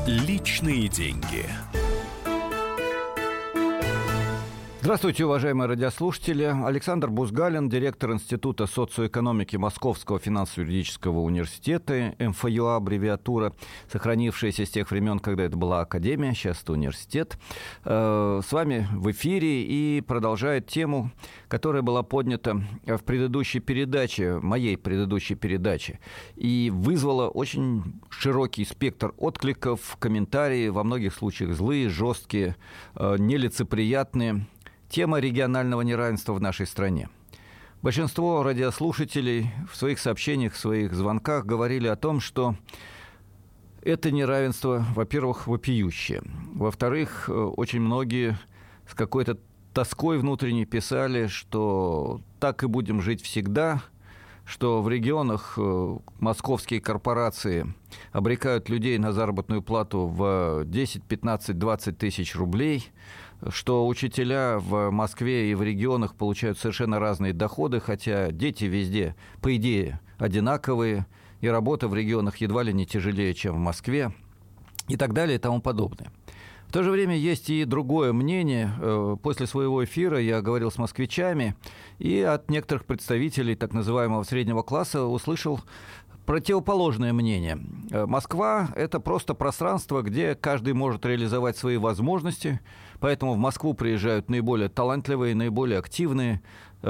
Личные деньги. Здравствуйте, уважаемые радиослушатели. Александр Бузгалин, директор Института социоэкономики Московского финансово-юридического университета, МФЮА аббревиатура, сохранившаяся с тех времен, когда это была академия, сейчас это университет. С вами в эфире и продолжает тему, которая была поднята в предыдущей передаче, моей предыдущей передаче, и вызвала очень широкий спектр откликов, комментарии, во многих случаях злые, жесткие, нелицеприятные. Тема регионального неравенства в нашей стране. Большинство радиослушателей в своих сообщениях, в своих звонках говорили о том, что это неравенство, во-первых, вопиющее. Во-вторых, очень многие с какой-то тоской внутренней писали, что так и будем жить всегда, что в регионах московские корпорации обрекают людей на заработную плату в 10, 15, 20 тысяч рублей, что учителя в Москве и в регионах получают совершенно разные доходы, хотя дети везде, по идее, одинаковые, и работа в регионах едва ли не тяжелее, чем в Москве, и так далее и тому подобное. В то же время есть и другое мнение. После своего эфира я говорил с москвичами, и от некоторых представителей так называемого среднего класса услышал противоположное мнение. Москва – это просто пространство, где каждый может реализовать свои возможности, поэтому в Москву приезжают наиболее талантливые, наиболее активные,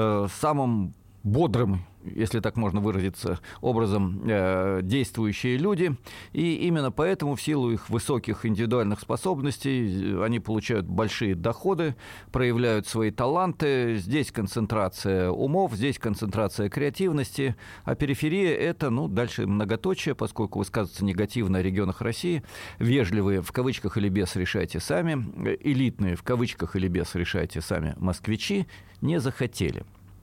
самым бодрым, если так можно выразиться, образом действующие люди. И именно поэтому в силу их высоких индивидуальных способностей они получают большие доходы, проявляют свои таланты. Здесь концентрация умов, здесь концентрация креативности. А периферия – это, дальше многоточие, поскольку высказываться негативно о регионах России. Вежливые, в кавычках или без, решайте сами. Элитные, в кавычках или без, решайте сами москвичи не захотели.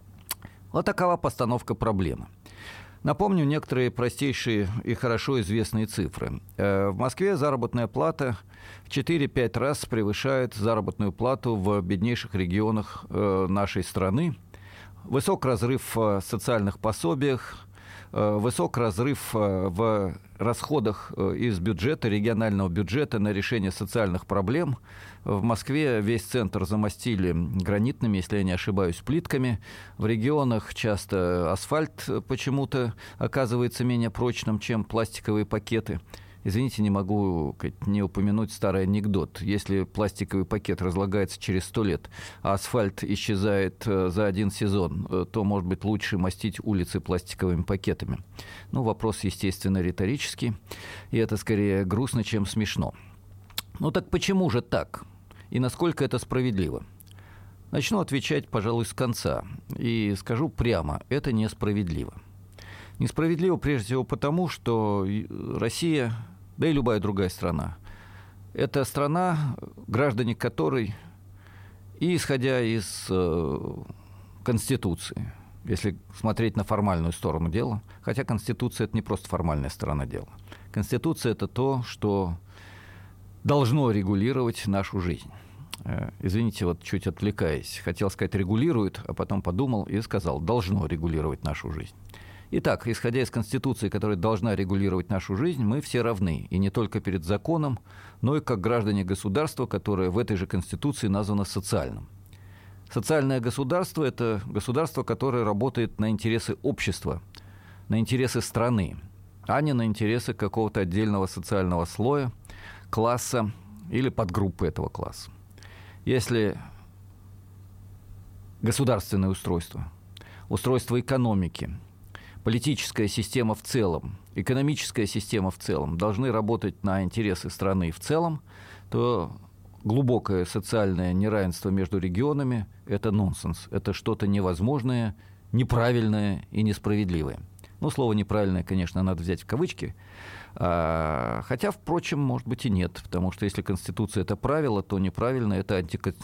Вот такова постановка проблемы. Напомню некоторые простейшие и хорошо известные цифры. В Москве заработная плата в 4-5 раз превышает заработную плату в беднейших регионах нашей страны. Высок разрыв в социальных пособиях, высок разрыв в расходах из бюджета, регионального бюджета на решение социальных проблем. В Москве весь центр замостили гранитными, если я не ошибаюсь, плитками. В регионах часто асфальт почему-то оказывается менее прочным, чем пластиковые пакеты. Извините, не могу не упомянуть старый анекдот. Если пластиковый пакет разлагается через 100 лет, а асфальт исчезает за один сезон, то, может быть, лучше мастить улицы пластиковыми пакетами. Вопрос, естественно, риторический, и это скорее грустно, чем смешно. Так почему же так? И насколько это справедливо? Начну отвечать, пожалуй, с конца. И скажу прямо, это несправедливо. Несправедливо прежде всего потому, что Россия, да и любая другая страна, это страна, граждане которой, и исходя из Конституции, если смотреть на формальную сторону дела, хотя Конституция – это не просто формальная сторона дела. Конституция – это то, что должно регулировать нашу жизнь. Извините, чуть отвлекаясь. Хотел сказать «регулирует», а потом подумал и сказал «должно регулировать нашу жизнь». Итак, исходя из Конституции, которая должна регулировать нашу жизнь, мы все равны. И не только перед законом, но и как граждане государства, которое в этой же Конституции названо социальным. Социальное государство – это государство, которое работает на интересы общества, на интересы страны, а не на интересы какого-то отдельного социального слоя, класса или подгруппы этого класса. Если государственное устройство, устройство экономики, политическая система в целом, экономическая система в целом должны работать на интересы страны в целом, то глубокое социальное неравенство между регионами – это нонсенс, это что-то невозможное, неправильное и несправедливое. Слово «неправильное», конечно, надо взять в кавычки, хотя, впрочем, может быть и нет, потому что если Конституция – это правило, то неправильно – это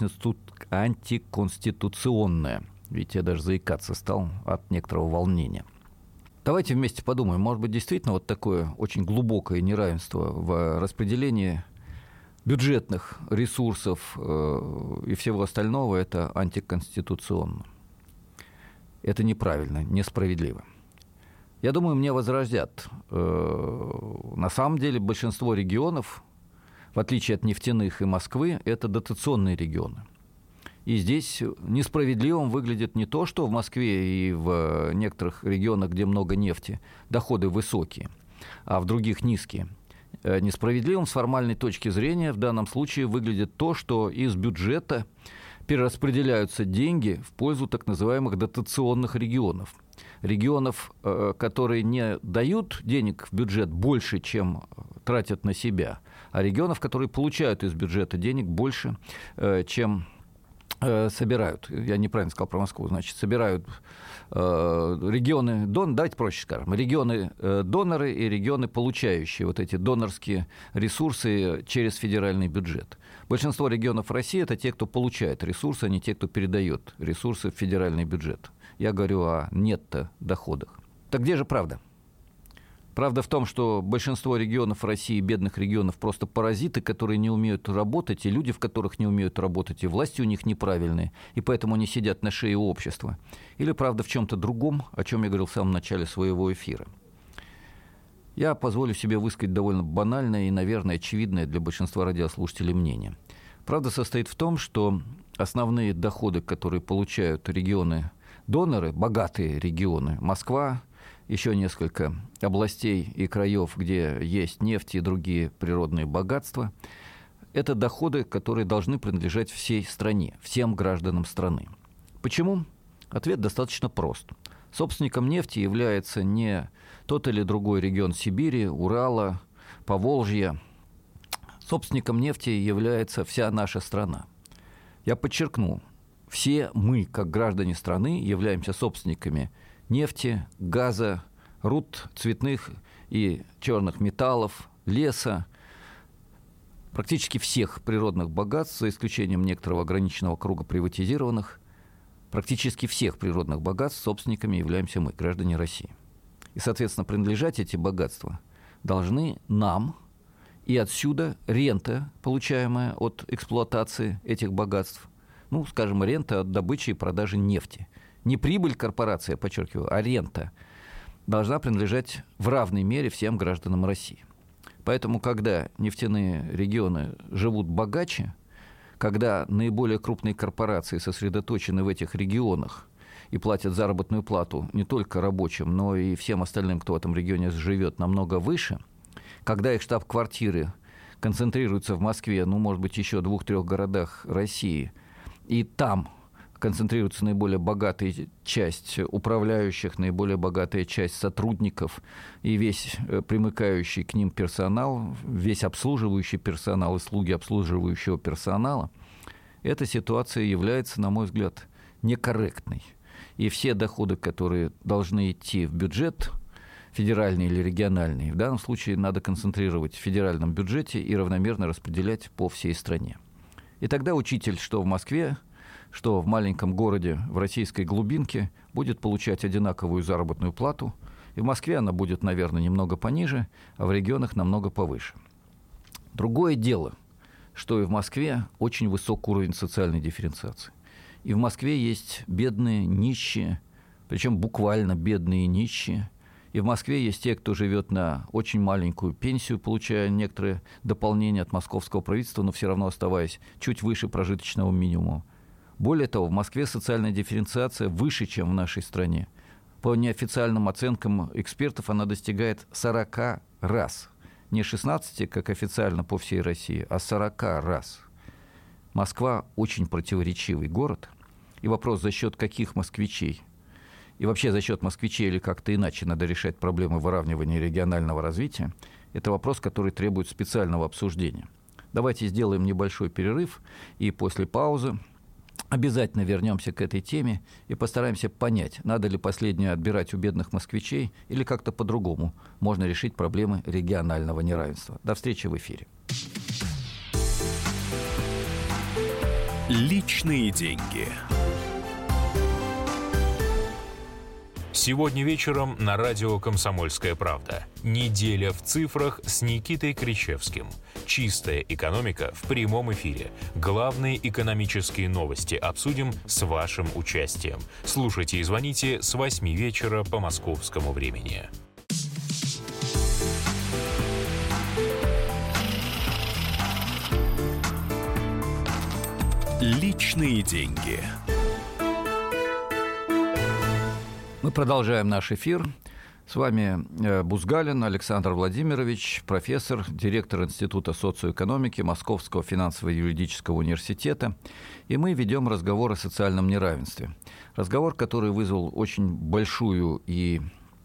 антиконституционное. Видите, я даже заикаться стал от некоторого волнения. Давайте вместе подумаем, может быть, действительно такое очень глубокое неравенство в распределении бюджетных ресурсов и всего остального – это антиконституционно. Это неправильно, несправедливо. Я думаю, мне возразят. На самом деле большинство регионов в отличие от нефтяных и Москвы, это дотационные регионы. И здесь несправедливым выглядит не то, что в Москве и в некоторых регионах, где много нефти, доходы высокие, а в других низкие. Несправедливым с формальной точки зрения в данном случае выглядит то, что из бюджета перераспределяются деньги в пользу так называемых дотационных регионов. Регионов, которые не дают денег в бюджет больше, чем тратят на себя, а регионов, которые получают из бюджета денег больше, чем собирают. Я неправильно сказал про Москву. Значит, собирают регионы, давайте проще скажем, регионы доноры и регионы, получающие вот эти донорские ресурсы через федеральный бюджет. Большинство регионов России – это те, кто получает ресурсы, а не те, кто передает ресурсы в федеральный бюджет. Я говорю о нетто-доходах. Так где же правда? Правда в том, что большинство регионов России, бедных регионов, просто паразиты, которые не умеют работать, и люди, в которых не умеют работать, и власти у них неправильные, и поэтому они сидят на шее у общества. Или правда в чем-то другом, о чем я говорил в самом начале своего эфира. Я позволю себе высказать довольно банальное и, наверное, очевидное для большинства радиослушателей мнение. Правда состоит в том, что основные доходы, которые получают регионы-доноры, богатые регионы, Москва, еще несколько областей и краев, где есть нефть и другие природные богатства, это доходы, которые должны принадлежать всей стране, всем гражданам страны. Почему? Ответ достаточно прост. Собственником нефти является не тот или другой регион Сибири, Урала, Поволжья. Собственником нефти является вся наша страна. Я подчеркну, все мы, как граждане страны, являемся собственниками нефти, газа, руд цветных и черных металлов, леса, практически всех природных богатств, за исключением некоторого ограниченного круга приватизированных, практически всех природных богатств собственниками являемся мы, граждане России. И, соответственно, принадлежать эти богатства должны нам, и отсюда рента, получаемая от эксплуатации этих богатств, скажем, рента от добычи и продажи нефти. Не прибыль корпорации, я подчеркиваю, а рента должна принадлежать в равной мере всем гражданам России. Поэтому, когда нефтяные регионы живут богаче, когда наиболее крупные корпорации сосредоточены в этих регионах и платят заработную плату не только рабочим, но и всем остальным, кто в этом регионе живет, намного выше, когда их штаб-квартиры концентрируются в Москве, может быть, еще 2-3 городах России, и там концентрируется наиболее богатая часть управляющих, наиболее богатая часть сотрудников и весь примыкающий к ним персонал, весь обслуживающий персонал и слуги обслуживающего персонала, эта ситуация является, на мой взгляд, некорректной. И все доходы, которые должны идти в бюджет, федеральный или региональный, в данном случае надо концентрировать в федеральном бюджете и равномерно распределять по всей стране. И тогда учитель, что в Москве, что в маленьком городе в российской глубинке, будет получать одинаковую заработную плату. И в Москве она будет, наверное, немного пониже, а в регионах намного повыше. Другое дело, что и в Москве очень высок уровень социальной дифференциации. И в Москве есть бедные, нищие, причем буквально бедные и нищие. И в Москве есть те, кто живет на очень маленькую пенсию, получая некоторые дополнения от московского правительства, но все равно оставаясь чуть выше прожиточного минимума. Более того, в Москве социальная дифференциация выше, чем в нашей стране. По неофициальным оценкам экспертов она достигает 40 раз. Не 16, как официально по всей России, а 40 раз. Москва очень противоречивый город. И вопрос, за счет каких москвичей, и вообще за счет москвичей или как-то иначе надо решать проблемы выравнивания регионального развития, это вопрос, который требует специального обсуждения. Давайте сделаем небольшой перерыв, и после паузы обязательно вернемся к этой теме и постараемся понять, надо ли последнее отбирать у бедных москвичей или как-то по-другому можно решить проблемы регионального неравенства. До встречи в эфире. Личные деньги. Сегодня вечером на радио «Комсомольская правда». «Неделя в цифрах» с Никитой Кричевским. Чистая экономика в прямом эфире. Главные экономические новости обсудим с вашим участием. Слушайте и звоните с 8 вечера по московскому времени. Личные деньги. Мы продолжаем наш эфир. С вами Бузгалин Александр Владимирович, профессор, директор Института социоэкономики Московского финансово-юридического университета. И мы ведем разговор о социальном неравенстве. Разговор, который вызвал очень большую и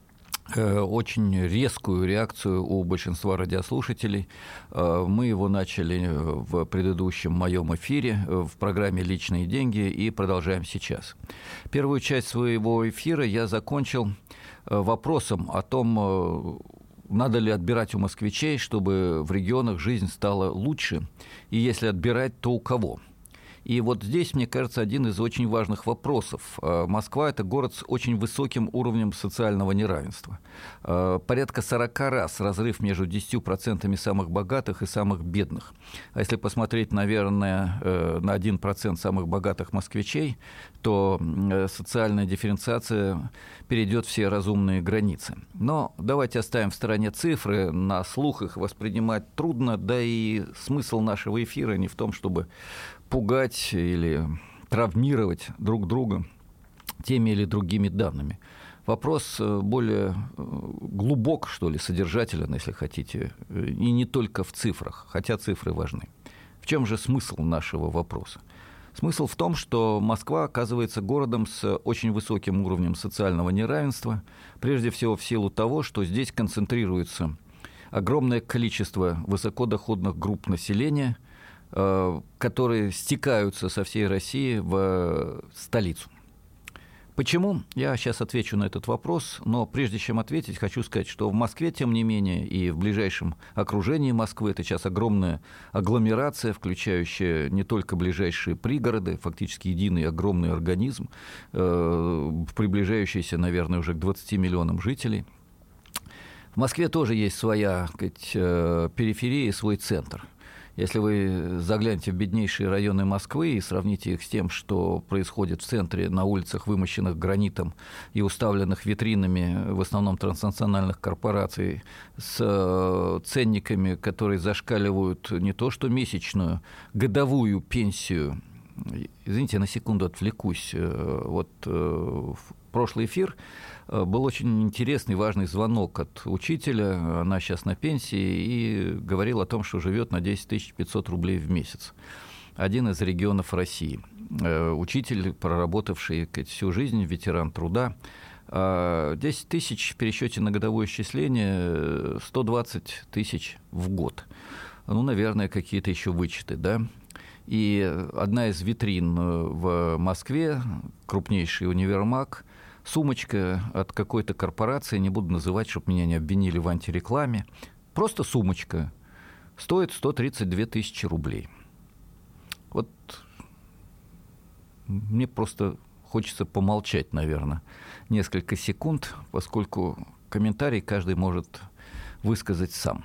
очень резкую реакцию у большинства радиослушателей. Мы его начали в предыдущем моем эфире в программе «Личные деньги» и продолжаем сейчас. Первую часть своего эфира я закончил вопросом о том, надо ли отбирать у москвичей, чтобы в регионах жизнь стала лучше, и если отбирать, то у кого. И вот здесь, мне кажется, один из очень важных вопросов. Москва – это город с очень высоким уровнем социального неравенства. Порядка 40 раз разрыв между 10% самых богатых и самых бедных. А если посмотреть, наверное, на 1% самых богатых москвичей, то социальная дифференциация перейдет все разумные границы. Но давайте оставим в стороне цифры, на слух их воспринимать трудно, да и смысл нашего эфира не в том, чтобы пугать или травмировать друг друга теми или другими данными. Вопрос более глубок, что ли, содержателен, если хотите, и не только в цифрах, хотя цифры важны. В чем же смысл нашего вопроса? Смысл в том, что Москва оказывается городом с очень высоким уровнем социального неравенства, прежде всего в силу того, что здесь концентрируется огромное количество высокодоходных групп населения, которые стекаются со всей России в столицу. Почему? Я сейчас отвечу на этот вопрос, но прежде чем ответить, хочу сказать, что в Москве, тем не менее, и в ближайшем окружении Москвы, это сейчас огромная агломерация, включающая не только ближайшие пригороды, фактически единый огромный организм, приближающийся, наверное, уже к 20 миллионам жителей. В Москве тоже есть своя, так сказать, периферия и свой центр. Если вы заглянете в беднейшие районы Москвы и сравните их с тем, что происходит в центре, на улицах, вымощенных гранитом и уставленных витринами, в основном транснациональных корпораций, с ценниками, которые зашкаливают не то что месячную, годовую пенсию. Извините, я на секунду отвлекусь. Вот в прошлый эфир был очень интересный, важный звонок от учителя, она сейчас на пенсии, и говорил о том, что живет на 10 500 рублей в месяц. Один из регионов России. Учитель, проработавший всю жизнь, ветеран труда. 10 тысяч в пересчете на годовое исчисление, 120 тысяч в год. Ну, наверное, какие-то еще вычеты, да? И одна из витрин в Москве, крупнейший универмаг, сумочка от какой-то корпорации, не буду называть, чтобы меня не обвинили в антирекламе, просто сумочка, стоит 132 тысячи рублей. Вот мне просто хочется помолчать, наверное, несколько секунд, поскольку комментарий каждый может высказать сам.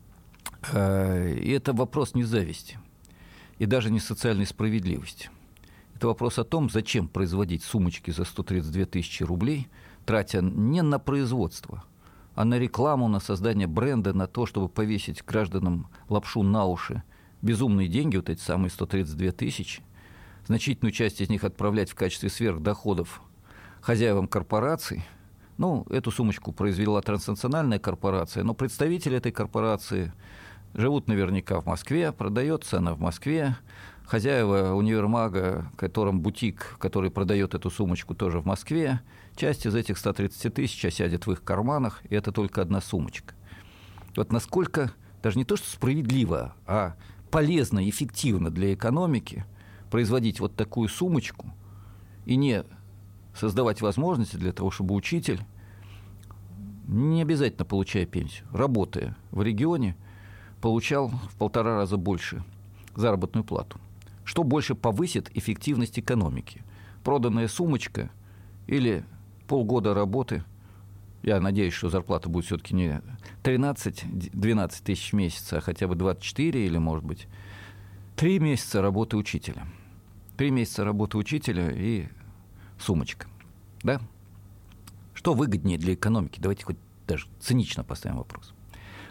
И это вопрос не зависти и даже не социальной справедливости. Это вопрос о том, зачем производить сумочки за 132 тысячи рублей, тратя не на производство, а на рекламу, на создание бренда, на то, чтобы повесить гражданам лапшу на уши. Безумные деньги, вот эти самые 132 тысячи, значительную часть из них отправлять в качестве сверхдоходов хозяевам корпораций. Ну, эту сумочку произвела транснациональная корпорация, но представители этой корпорации живут наверняка в Москве, продается она в Москве. Хозяева универмага, которым бутик, который продает эту сумочку, тоже в Москве. Часть из этих 130 тысяч осядет в их карманах, и это только одна сумочка. Вот насколько, даже не то что справедливо, а полезно, эффективно для экономики производить вот такую сумочку и не создавать возможности для того, чтобы учитель, не обязательно получая пенсию, работая в регионе, получал в 1,5 раза больше заработную плату. Что больше повысит эффективность экономики? Проданная сумочка или полгода работы? Я надеюсь, что зарплата будет все-таки не 13-12 тысяч в месяц, а хотя бы 24 или, может быть, 3 месяца работы учителя. 3 месяца работы учителя и сумочка. Да? Что выгоднее для экономики? Давайте хоть даже цинично поставим вопрос.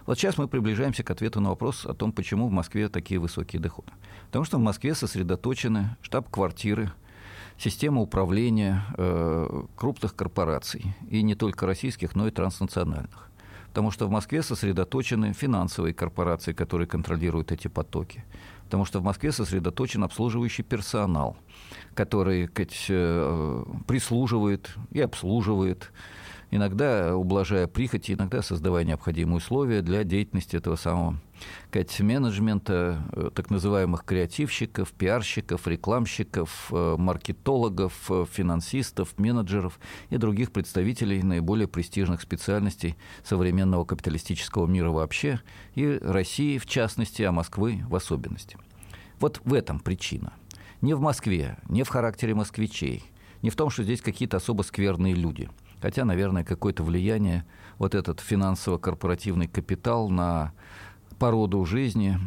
Вот сейчас мы приближаемся к ответу на вопрос о том, почему в Москве такие высокие доходы. Потому что в Москве сосредоточены штаб-квартиры, система управления крупных корпораций, и не только российских, но и транснациональных. Потому что в Москве сосредоточены финансовые корпорации, которые контролируют эти потоки. Потому что в Москве сосредоточен обслуживающий персонал, который прислуживает и обслуживает, иногда ублажая прихоти, иногда создавая необходимые условия для деятельности этого самого менеджмента, так называемых креативщиков, пиарщиков, рекламщиков, маркетологов, финансистов, менеджеров и других представителей наиболее престижных специальностей современного капиталистического мира вообще, и России в частности, а Москвы в особенности. Вот в этом причина. Не в Москве, не в характере москвичей, не в том, что здесь какие-то особо скверные люди. Хотя, наверное, какое-то влияние вот этот финансово-корпоративный капитал на породу жизни,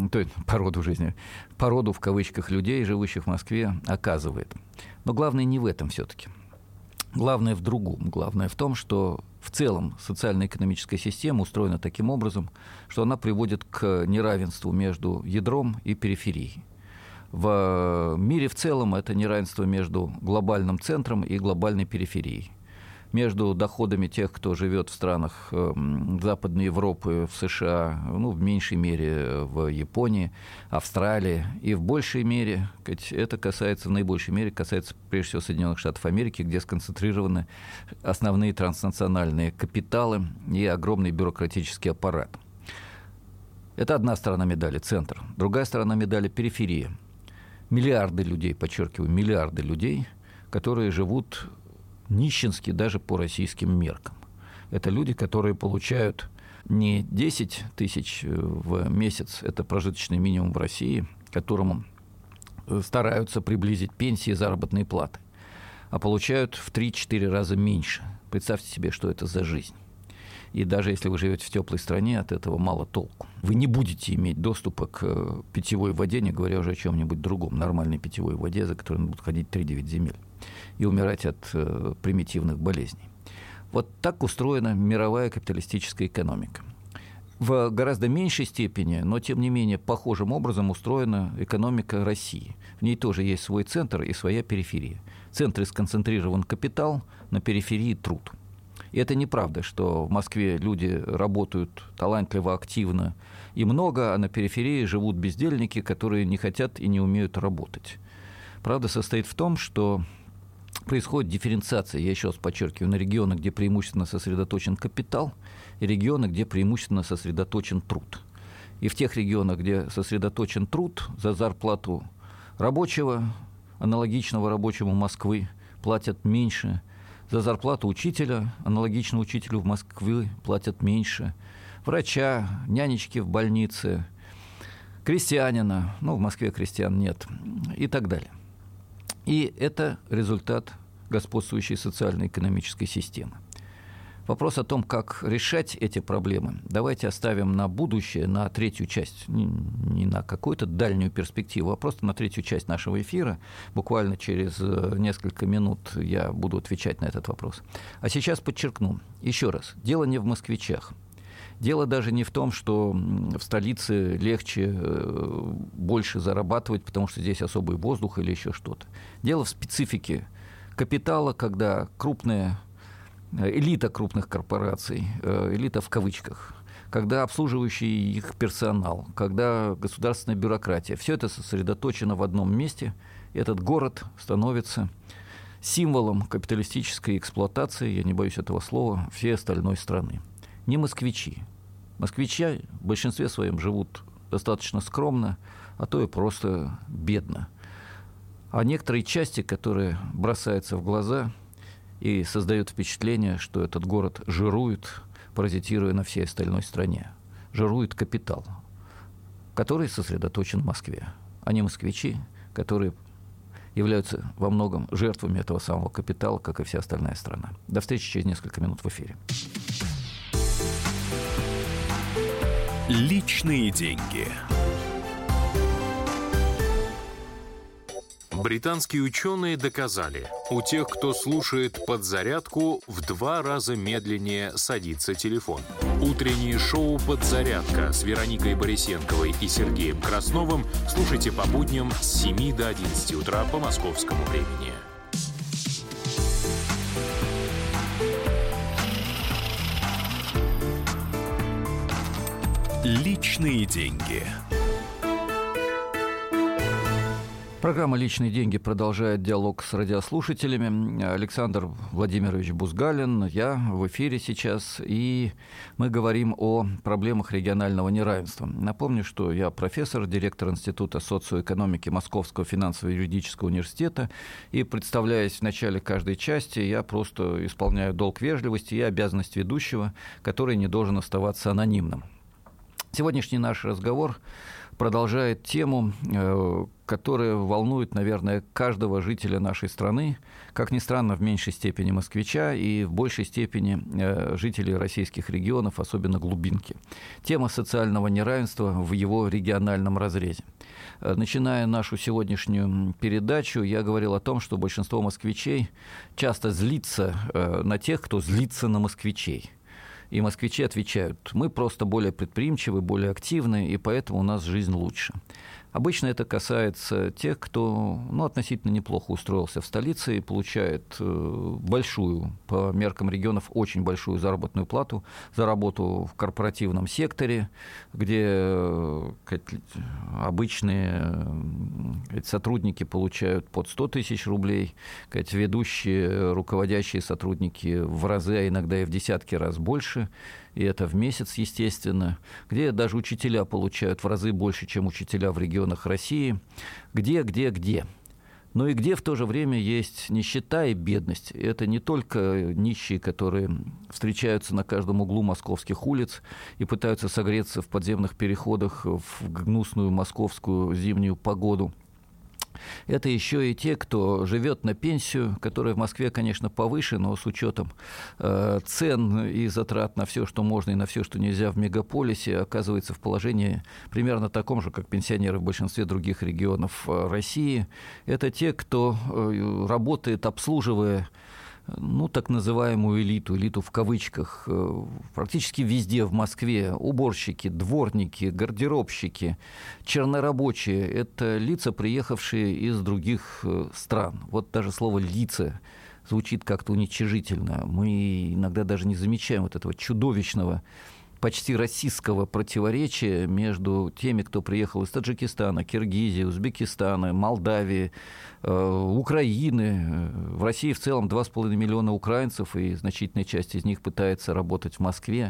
породу в кавычках людей, живущих в Москве, оказывает. Но главное не в этом все-таки. Главное в другом. Главное в том, что в целом социально-экономическая система устроена таким образом, что она приводит к неравенству между ядром и периферией. В мире в целом это неравенство между глобальным центром и глобальной периферией. Между доходами тех, кто живет в странах Западной Европы, в США, в меньшей мере в Японии, Австралии, и в большей мере, это касается, в наибольшей мере касается прежде всего Соединенных Штатов Америки, где сконцентрированы основные транснациональные капиталы и огромный бюрократический аппарат. Это одна сторона медали, центр. Другая сторона медали, периферия. Миллиарды людей, подчеркиваю, миллиарды людей, которые живут нищенски даже по российским меркам. Это люди, которые получают не 10 тысяч в месяц, это прожиточный минимум в России, которому стараются приблизить пенсии и заработные платы, а получают в 3-4 раза меньше. Представьте себе, что это за жизнь. И даже если вы живете в теплой стране, от этого мало толку. Вы не будете иметь доступа к питьевой воде, не говоря уже о чем-нибудь другом, нормальной питьевой воде, за которой будут ходить 3-9 земель, и умирать от примитивных болезней. Вот так устроена мировая капиталистическая экономика. В гораздо меньшей степени, но тем не менее похожим образом устроена экономика России. В ней тоже есть свой центр и своя периферия. В центре сконцентрирован капитал, на периферии труд. И это неправда, что в Москве люди работают талантливо, активно и много, а на периферии живут бездельники, которые не хотят и не умеют работать. Правда состоит в том, что происходит дифференциация, я еще раз подчеркиваю, на регионы, где преимущественно сосредоточен капитал, и регионы, где преимущественно сосредоточен труд. И в тех регионах, где сосредоточен труд, за зарплату рабочего, аналогичного рабочему Москвы, платят меньше. За зарплату учителя, аналогично учителю в Москве, платят меньше. Врача, нянечки в больнице, крестьянина, в Москве крестьян нет, и так далее. И это результат господствующей социально-экономической системы. Вопрос о том, как решать эти проблемы, давайте оставим на будущее, на третью часть, не на какую-то дальнюю перспективу, а просто на третью часть нашего эфира. Буквально через несколько минут я буду отвечать на этот вопрос. А сейчас подчеркну еще раз, дело не в москвичах. Дело даже не в том, что в столице легче больше зарабатывать, потому что здесь особый воздух или еще что-то. Дело в специфике капитала, когда элита крупных корпораций, элита в кавычках, когда обслуживающий их персонал, когда государственная бюрократия, все это сосредоточено в одном месте, этот город становится символом капиталистической эксплуатации, я не боюсь этого слова, всей остальной страны. Не москвичи. Москвичи в большинстве своем живут достаточно скромно, а то и просто бедно. А некоторые части, которые бросаются в глаза и создают впечатление, что этот город жирует, паразитируя на всей остальной стране. Жирует капитал, который сосредоточен в Москве, а не москвичи, которые являются во многом жертвами этого самого капитала, как и вся остальная страна. До встречи через несколько минут в эфире. Личные деньги. Британские ученые доказали, у тех, кто слушает «Подзарядку», в 2 раза медленнее садится телефон. Утреннее шоу «Подзарядка» с Вероникой Борисенковой и Сергеем Красновым слушайте по будням с 7 до 11 утра по московскому времени. Личные деньги. Программа «Личные деньги» продолжает диалог с радиослушателями. Александр Владимирович Бузгалин, я в эфире сейчас, и мы говорим о проблемах регионального неравенства. Напомню, что я профессор, директор Института социоэкономики Московского финансово-юридического университета, и, представляясь в начале каждой части, я просто исполняю долг вежливости и обязанность ведущего, который не должен оставаться анонимным. Сегодняшний наш разговор продолжает тему, которая волнует, наверное, каждого жителя нашей страны, как ни странно, в меньшей степени москвича и в большей степени жителей российских регионов, особенно глубинки. Тема социального неравенства в его региональном разрезе. Начиная нашу сегодняшнюю передачу, я говорил о том, что большинство москвичей часто злится на тех, кто злится на москвичей. И москвичи отвечают: мы просто более предприимчивы, более активны, и поэтому у нас жизнь лучше. Обычно это касается тех, кто относительно неплохо устроился в столице и получает большую, по меркам регионов, очень большую заработную плату за работу в корпоративном секторе, где обычные сотрудники получают под 100 тысяч рублей, ведущие, руководящие сотрудники в разы, а иногда и в десятки раз больше, и это в месяц, естественно, где даже учителя получают в разы больше, чем учителя в регионах России, где. Но и где в то же время есть нищета и бедность. Это не только нищие, которые встречаются на каждом углу московских улиц и пытаются согреться в подземных переходах в гнусную московскую зимнюю погоду. Это еще и те, кто живет на пенсию, которая в Москве, конечно, повыше, но с учетом цен и затрат на все, что можно и на все, что нельзя в мегаполисе, оказывается в положении примерно таком же, как пенсионеры в большинстве других регионов России. Это те, кто работает, обслуживая так называемую элиту в кавычках, практически везде в Москве. Уборщики, дворники, гардеробщики, чернорабочие – это лица, приехавшие из других стран. Вот даже слово «лица» звучит как-то уничижительно. Мы иногда даже не замечаем вот этого чудовищного, почти российского противоречия между теми, кто приехал из Таджикистана, Киргизии, Узбекистана, Молдавии, Украины. В России в целом 2,5 миллиона украинцев, и значительная часть из них пытается работать в Москве.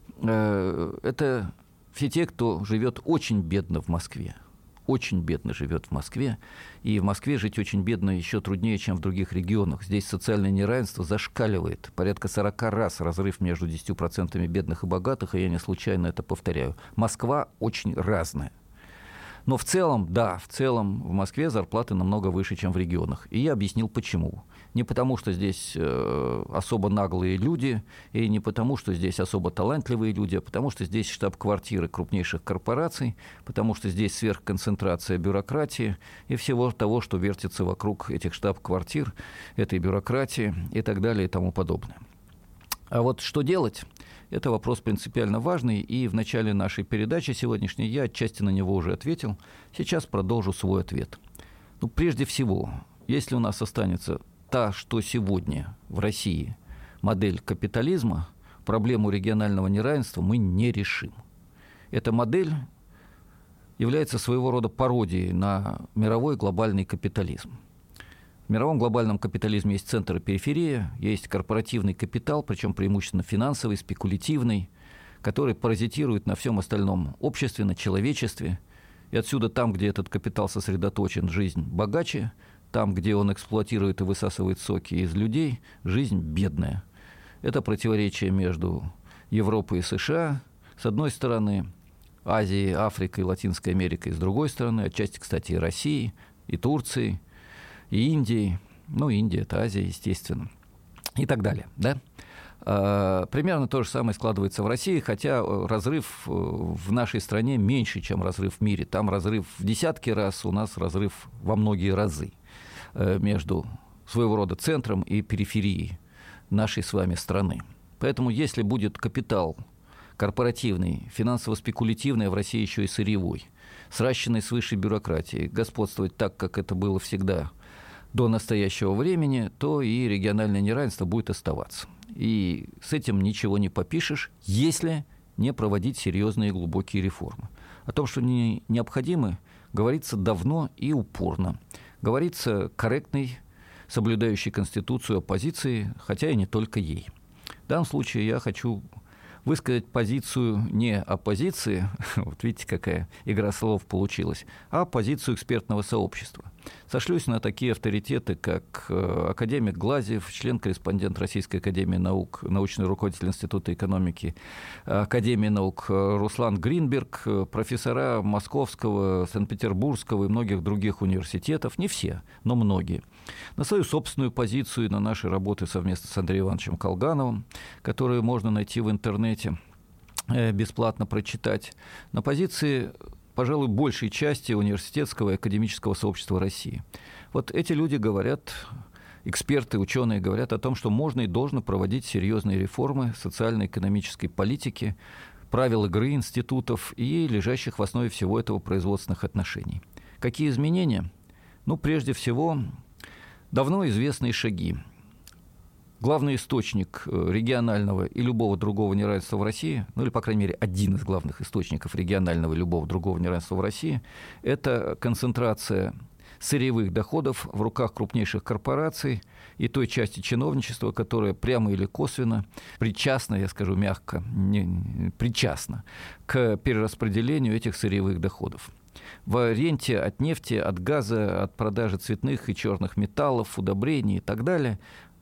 Это все те, кто живет очень бедно в Москве. Очень бедно живет в Москве, и в Москве жить очень бедно еще труднее, чем в других регионах. Здесь социальное неравенство зашкаливает. Порядка 40 раз разрыв между 10% бедных и богатых, и я не случайно это повторяю. Москва очень разная. Но в целом в Москве зарплаты намного выше, чем в регионах. И я объяснил, почему. Не потому, что здесь особо наглые люди, и не потому, что здесь особо талантливые люди, а потому, что здесь штаб-квартиры крупнейших корпораций, потому что здесь сверхконцентрация бюрократии и всего того, что вертится вокруг этих штаб-квартир, этой бюрократии и так далее и тому подобное. А вот что делать? Это вопрос принципиально важный, и в начале нашей передачи сегодняшней я отчасти на него уже ответил. Сейчас продолжу свой ответ. Прежде всего, если у нас останется та, что сегодня в России модель капитализма, проблему регионального неравенства мы не решим. Эта модель является своего рода пародией на мировой глобальный капитализм. В мировом глобальном капитализме есть центр и периферия, есть корпоративный капитал, причем преимущественно финансовый, спекулятивный, который паразитирует на всем остальном обществе, на человечестве. И отсюда там, где этот капитал сосредоточен, жизнь богаче, там, где он эксплуатирует и высасывает соки из людей, жизнь бедная. Это противоречие между Европой и США, с одной стороны, Азией, Африкой, Латинской Америкой, с другой стороны, отчасти, кстати, и Россией, и Турцией, и Индией. Индия – это Азия, естественно. И так далее, да? Примерно то же самое складывается в России, хотя разрыв в нашей стране меньше, чем разрыв в мире. Там разрыв в десятки раз, у нас разрыв во многие разы. между своего рода центром и периферией нашей с вами страны. Поэтому если будет капитал корпоративный, финансово-спекулятивный, а в России еще и сырьевой, сращенный с высшей бюрократией, господствовать так, как это было всегда до настоящего времени, то и региональное неравенство будет оставаться. И с этим ничего не попишешь, если не проводить серьезные и глубокие реформы. О том, что они необходимы, говорится давно и упорно. Говорится корректной, соблюдающей Конституцию оппозиции, хотя и не только ей. В данном случае я хочу высказать позицию не оппозиции, вот видите, какая игра слов получилась, а позицию экспертного сообщества. Сошлюсь на такие авторитеты, как академик Глазьев, член-корреспондент Российской академии наук, научный руководитель Института экономики Академии наук Руслан Гринберг, профессора Московского, Санкт-Петербургского и многих других университетов, не все, но многие, на свою собственную позицию, на наши работы совместно с Андреем Ивановичем Колгановым, которые можно найти в интернете, бесплатно прочитать, на позиции, пожалуй, большей части университетского и академического сообщества России. Вот эти люди говорят, эксперты, ученые говорят о том, что можно и должно проводить серьезные реформы социально-экономической политики, правил игры институтов и лежащих в основе всего этого производственных отношений. Какие изменения? Ну, прежде всего, давно известные шаги. Главный источник регионального и любого другого неравенства в России, ну или, по крайней мере, один из главных источников регионального и любого другого неравенства в России, это концентрация сырьевых доходов в руках крупнейших корпораций и той части чиновничества, которая прямо или косвенно причастна, я скажу мягко, причастна к перераспределению этих сырьевых доходов. В ренте от нефти, от газа, от продажи цветных и черных металлов, удобрений и так далее,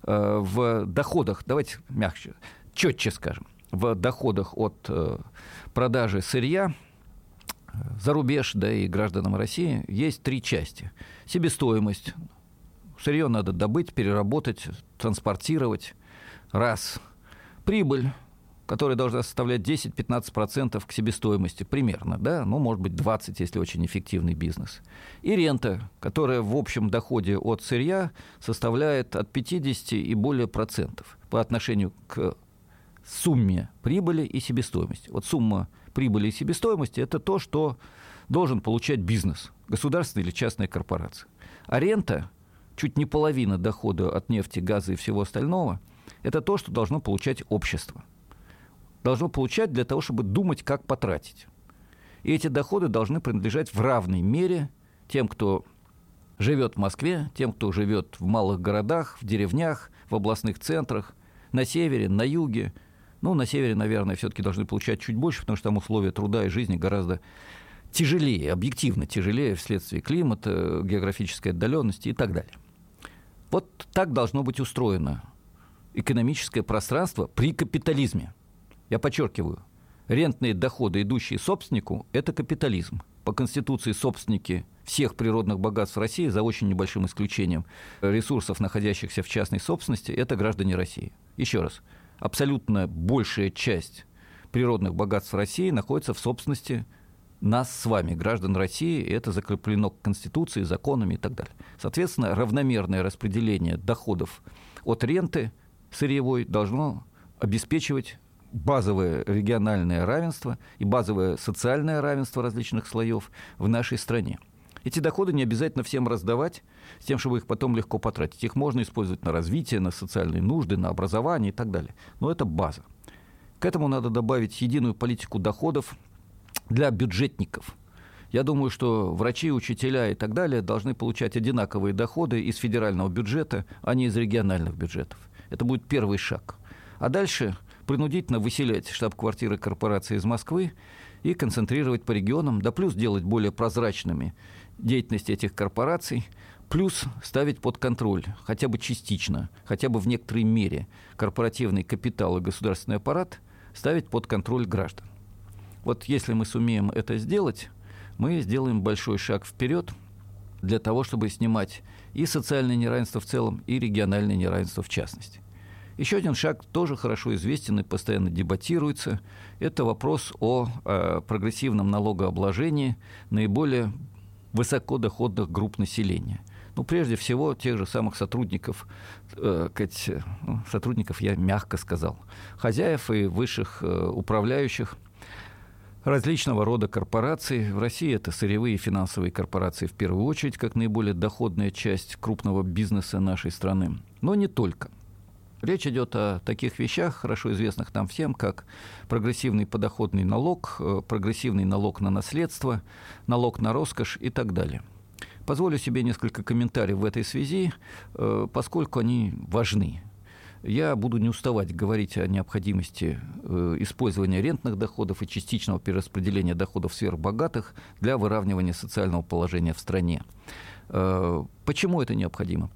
в доходах, давайте мягче, четче скажем, в доходах от продажи сырья за рубеж, да и гражданам России есть три части. Себестоимость. Сырье надо добыть, переработать, транспортировать. Раз. Прибыль, которая должна составлять 10-15% к себестоимости примерно, да? Ну, может быть, 20%, если очень эффективный бизнес. И рента, которая в общем доходе от сырья составляет от 50 и более процентов по отношению к сумме прибыли и себестоимости. Вот сумма прибыли и себестоимости – это то, что должен получать бизнес, государственная или частная корпорация. А рента, чуть не половина дохода от нефти, газа и всего остального, это то, что должно получать общество. Должно получать для того, чтобы думать, как потратить. И эти доходы должны принадлежать в равной мере тем, кто живет в Москве, тем, кто живет в малых городах, в деревнях, в областных центрах, на севере, на юге. Ну, на севере, наверное, все-таки должны получать чуть больше, потому что там условия труда и жизни гораздо тяжелее, объективно тяжелее вследствие климата, географической отдаленности и так далее. Вот так должно быть устроено экономическое пространство при капитализме. Я подчеркиваю, рентные доходы, идущие собственнику, это капитализм. По Конституции собственники всех природных богатств России, за очень небольшим исключением ресурсов, находящихся в частной собственности, это граждане России. Еще раз, абсолютно большая часть природных богатств России находится в собственности нас с вами, граждан России, и это закреплено Конституцией, законами и так далее. Соответственно, равномерное распределение доходов от ренты сырьевой должно обеспечивать базовое региональное равенство и базовое социальное равенство различных слоев в нашей стране. Эти доходы не обязательно всем раздавать, с тем, чтобы их потом легко потратить. Их можно использовать на развитие, на социальные нужды, на образование и так далее. Но это база. К этому надо добавить единую политику доходов для бюджетников. Я думаю, что врачи, учителя и так далее должны получать одинаковые доходы из федерального бюджета, а не из региональных бюджетов. Это будет первый шаг. А дальше принудительно выселять штаб-квартиры корпорации из Москвы и концентрировать по регионам, да плюс делать более прозрачными деятельность этих корпораций, плюс ставить под контроль, хотя бы частично, хотя бы в некоторой мере, корпоративный капитал и государственный аппарат ставить под контроль граждан. Вот если мы сумеем это сделать, мы сделаем большой шаг вперед для того, чтобы снимать и социальное неравенство в целом, и региональное неравенство в частности. Еще один шаг тоже хорошо известен и постоянно дебатируется. Это вопрос о прогрессивном налогообложении наиболее высокодоходных групп населения. Прежде всего, тех же самых сотрудников, сотрудников я мягко сказал, хозяев и высших управляющих различного рода корпораций. В России это сырьевые и финансовые корпорации в первую очередь, как наиболее доходная часть крупного бизнеса нашей страны. Но не только. Речь идет о таких вещах, хорошо известных нам всем, как прогрессивный подоходный налог, прогрессивный налог на наследство, налог на роскошь и так далее. Позволю себе несколько комментариев в этой связи, поскольку они важны. Я буду не уставать говорить о необходимости использования рентных доходов и частичного перераспределения доходов сверхбогатых для выравнивания социального положения в стране. Почему это необходимо?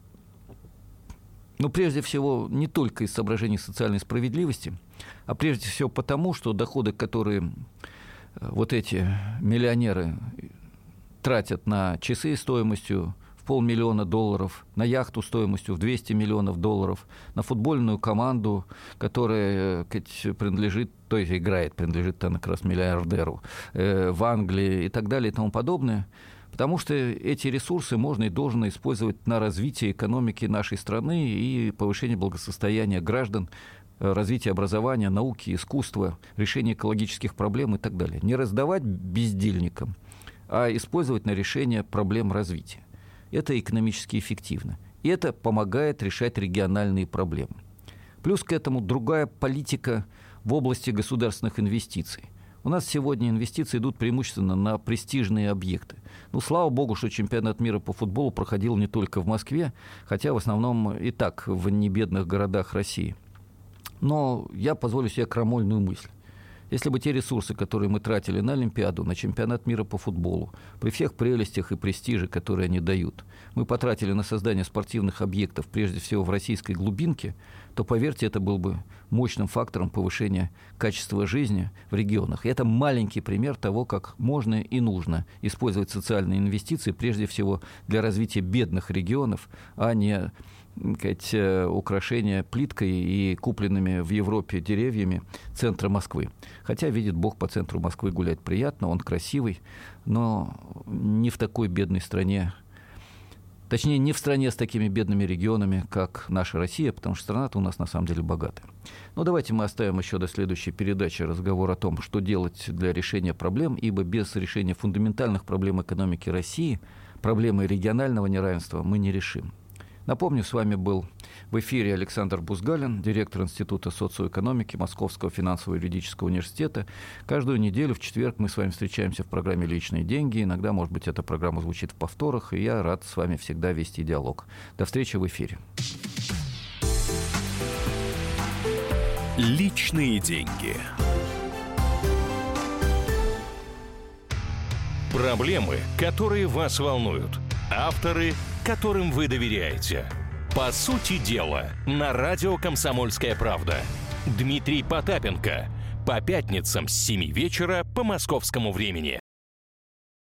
Прежде всего, не только из соображений социальной справедливости, а прежде всего потому, что доходы, которые вот эти миллионеры тратят на часы стоимостью в $500 000, на яхту стоимостью в $200 миллионов, на футбольную команду, которая принадлежит она как раз миллиардеру в Англии и так далее и тому подобное. Потому что эти ресурсы можно и должно использовать на развитие экономики нашей страны и повышение благосостояния граждан, развитие образования, науки, искусства, решение экологических проблем и так далее. Не раздавать бездельникам, а использовать на решение проблем развития. Это экономически эффективно. И это помогает решать региональные проблемы. Плюс к этому другая политика в области государственных инвестиций. У нас сегодня инвестиции идут преимущественно на престижные объекты. Слава богу, что чемпионат мира по футболу проходил не только в Москве, хотя в основном и так в небедных городах России. Но я позволю себе крамольную мысль. Если бы те ресурсы, которые мы тратили на Олимпиаду, на чемпионат мира по футболу, при всех прелестях и престиже, которые они дают, мы потратили на создание спортивных объектов, прежде всего в российской глубинке, то, поверьте, это был бы мощным фактором повышения качества жизни в регионах. И это маленький пример того, как можно и нужно использовать социальные инвестиции, прежде всего для развития бедных регионов, а не украшения плиткой и купленными в Европе деревьями центра Москвы. Хотя, видит Бог, по центру Москвы гулять приятно, он красивый, но не в такой бедной стране, точнее, не в стране с такими бедными регионами, как наша Россия, потому что страна-то у нас на самом деле богатая. Но давайте мы оставим еще до следующей передачи разговор о том, что делать для решения проблем, ибо без решения фундаментальных проблем экономики России, проблемы регионального неравенства мы не решим. Напомню, с вами был в эфире Александр Бузгалин, директор Института социоэкономики Московского финансово-юридического университета. Каждую неделю в четверг мы с вами встречаемся в программе «Личные деньги». Иногда, может быть, эта программа звучит в повторах, и я рад с вами всегда вести диалог. До встречи в эфире. Личные деньги. Проблемы, которые вас волнуют. Авторы, которым вы доверяете. По сути дела, на радио «Комсомольская правда». Дмитрий Потапенко. По пятницам с 7 вечера по московскому времени.